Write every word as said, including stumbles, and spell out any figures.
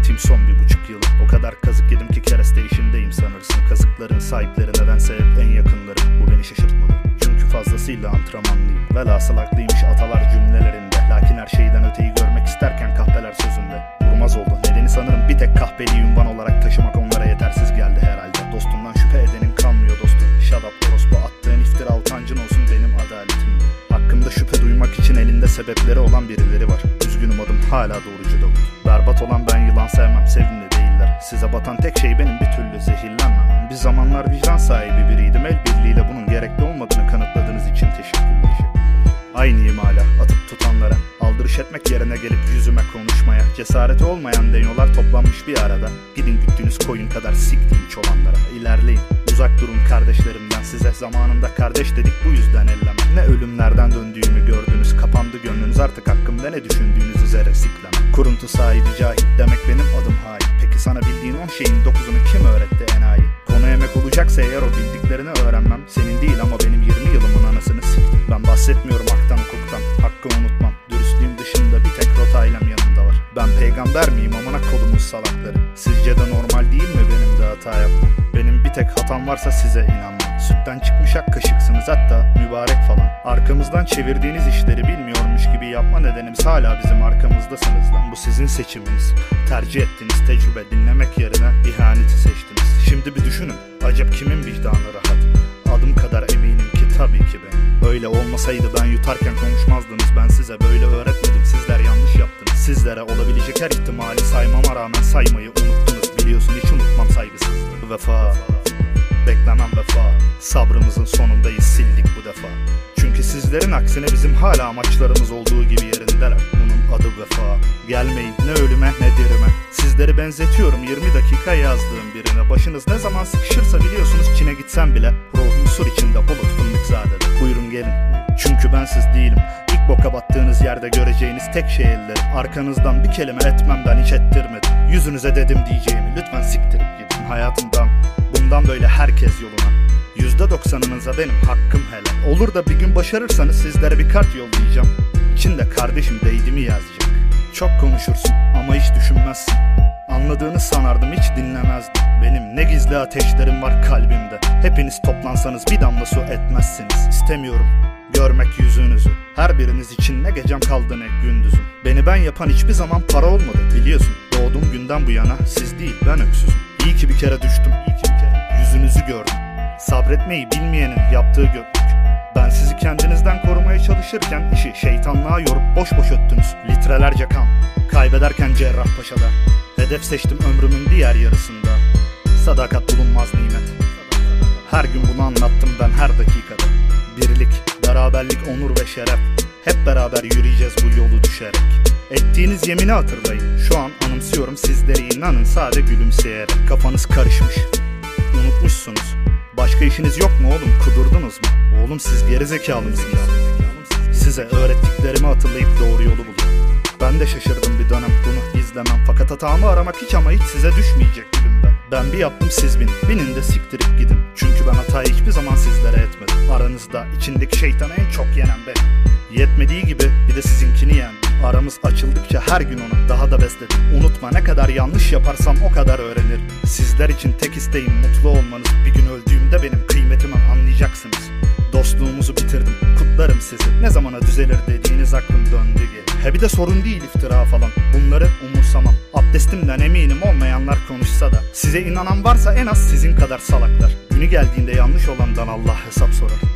anlatayım son bir buçuk yılı. O kadar kazık yedim ki kereste işindeyim sanırsın. Kazıkların sahipleri nedense hep en yakınları. Bu beni şaşırtmadı, çünkü fazlasıyla antrenmanlıyım. Velhasıl haklıymış atalar cümlelerinde. Lakin her şeyden öteyi görmek isterken kahpeler sözünde. Vurmaz oldu, nedeni sanırım bir tek kahpeliği ünvan olarak taşımak onlara yetersiz geldi herhalde. Dostundan şüphe edenin kalmıyor dostum. Shut up orospu, attığın iftira utancın olsun benim adaletim. Hakkımda şüphe duymak için elinde sebepleri olan birileri var. Üzgünüm, adım hala doğrucu Davut. Berbat olan ben, yılan sevmem, sevimli değiller. Size batan tek şey benim bir türlü zehirlenmem. Bir zamanlar vicdan sahibi biriydim, el birliğiyle bunun gerekli olmadığını kanıtladığınız için teşekkürler. Aynıyım hala atıp tutanlara, aldırış etmek yerine gelip yüzüme konuşmaya. Cesareti olmayan deniyorlar toplanmış bir arada. Gidin güttüğünüz koyun kadar siktiğim çobanlara. İlerleyin, uzak durun kardeşlerimden. Size zamanında kardeş dedik, bu yüzden elleme. Ne ölümlerden döndüğümü gördünüz, kapandı gönlünüz artık hakkımda ne düşündüğünüz üzere sikleme. Kuruntu sahibi cahit demek benim adım hain. Peki sana bildiğin on şeyin dokuzunu kim öğretti enayi? Konu emek olacaksa eğer o bildiklerini öğrenmem senin değil ama benim yirmi yılımın anasını siktim. Ben bahsetmiyorum haktan hukuktan, hakkı unutmam. Dürüstlüğüm dışında bir tek rotaylem yanımda var. Ben peygamber miyim amına kodumun salakları? Sizce de normal değil mi benim de hata yapmam? Benim bir tek hatam varsa size inanmam. Sütten çıkmış ak kaşıksınız, hatta mübarek falan. Arkamızdan çevirdiğiniz işleri bilmiyormuş gibi yapma nedenimiz hala bizim arkamızdasınız lan. Bu sizin seçiminiz. Tercih ettiniz tecrübe dinlemek yerine ihaneti seçtiniz. Şimdi bir düşünün, acaba kimin vicdanı rahat? Adım kadar eminim ki tabii ki benim. Öyle olmasaydı ben yutarken konuşmazdınız. Ben size böyle öğretmedim, sizler yanlış yaptınız. Sizlere olabilecek her ihtimali saymama rağmen saymayı unuttunuz. Biliyorsun hiç unutmam saygısızlığı. Vefa, beklemem vefa. Sabrımızın sonundayız, sildik bu defa. Çünkü sizlerin aksine bizim hala amaçlarımız olduğu gibi yerindeler. Bunun adı vefa. Gelmeyin ne ölüme ne dirime. Sizleri benzetiyorum yirmi dakika yazdığım birine. Başınız ne zaman sıkışırsa biliyorsunuz Çin'e gitsem bile ruhum sur içinde bulut fındıkzadede. Buyurun gelin, çünkü ben siz değilim. İlk boka battığınız yerde göreceğiniz tek şey ellerim. Arkanızdan bir kelime etmem, ben hiç ettirmedim. Yüzünüze dedim diyeceğimi, lütfen siktirip gidin hayatımdan. Bundan böyle herkes yoluna. Yüzde doksanınıza benim hakkım helal. Olur da bir gün başarırsanız sizlere bir kart yollayacağım. İçinde kardeşim değdi mi yazacak. Çok konuşursun ama hiç düşünmezsin. Anladığını sanardım, hiç dinlemezdim. Benim ne gizli ateşlerim var kalbimde. Hepiniz toplansanız bir damla su etmezsiniz. İstemiyorum görmek yüzünüzü. Her biriniz için ne gecem kaldı ne gündüzüm. Beni ben yapan hiçbir zaman para olmadı biliyorsun. Doğduğum günden bu yana siz değil ben öksüzüm. İyi ki bir kere düştüm, iyi ki bir kere yüzünüzü gördüm. Sabretmeyi bilmeyenin yaptığı göklük. Ben sizi kendinizden korumaya çalışırken işi şeytanlığa yorup boş boş öttünüz. Litrelerce kan kaybederken Cerrahpaşa'da. Hedef seçtim ömrümün diğer yarısında. Sadakat bulunmaz nimet. Her gün bunu anlattım ben her dakikada. Birlik, beraberlik, onur ve şeref. Hep beraber yürüyeceğiz bu yolu düşerek. Ettiğiniz yemini hatırlayın. Şu an anımsıyorum sizleri, inanın sade gülümseyerek. Kafanız karışmış, unutmuşsunuz. Başka işiniz yok mu oğlum, kudurdunuz mu? Oğlum siz gerizekalı mısınız? Size öğrettiklerimi hatırlayıp doğru yolu bulun. Ben de şaşırdım bir dönem, bunu izlemem. Fakat hatamı aramak hiç ama hiç size düşmeyecek gülüm ben. Ben bir yaptım siz bin, binin de siktirip gidin. Çünkü ben hatayı hiçbir zaman sizlere etmedim. Aranızda içindeki şeytanı en çok yenen benim. Yetmediği gibi bir de sizinkini yendim. Aramız açıldıkça her gün onu daha da besledim. Unutma, ne kadar yanlış yaparsam o kadar öğrenirim. Sizler için tek isteğim mutlu olmanız. Bir gün öldüğümde benim kıymetimi anlayacaksınız. Dostluğumuzu bitirdim, kutlarım sizi. Ne zamana düzelir dediğiniz aklım döndü geri. He bir de sorun değil iftira falan, bunları umursamam. Abdestimden eminim olmayanlar konuşsa da. Size inanan varsa en az sizin kadar salaklar. Günü geldiğinde yanlış olandan Allah hesap sorar.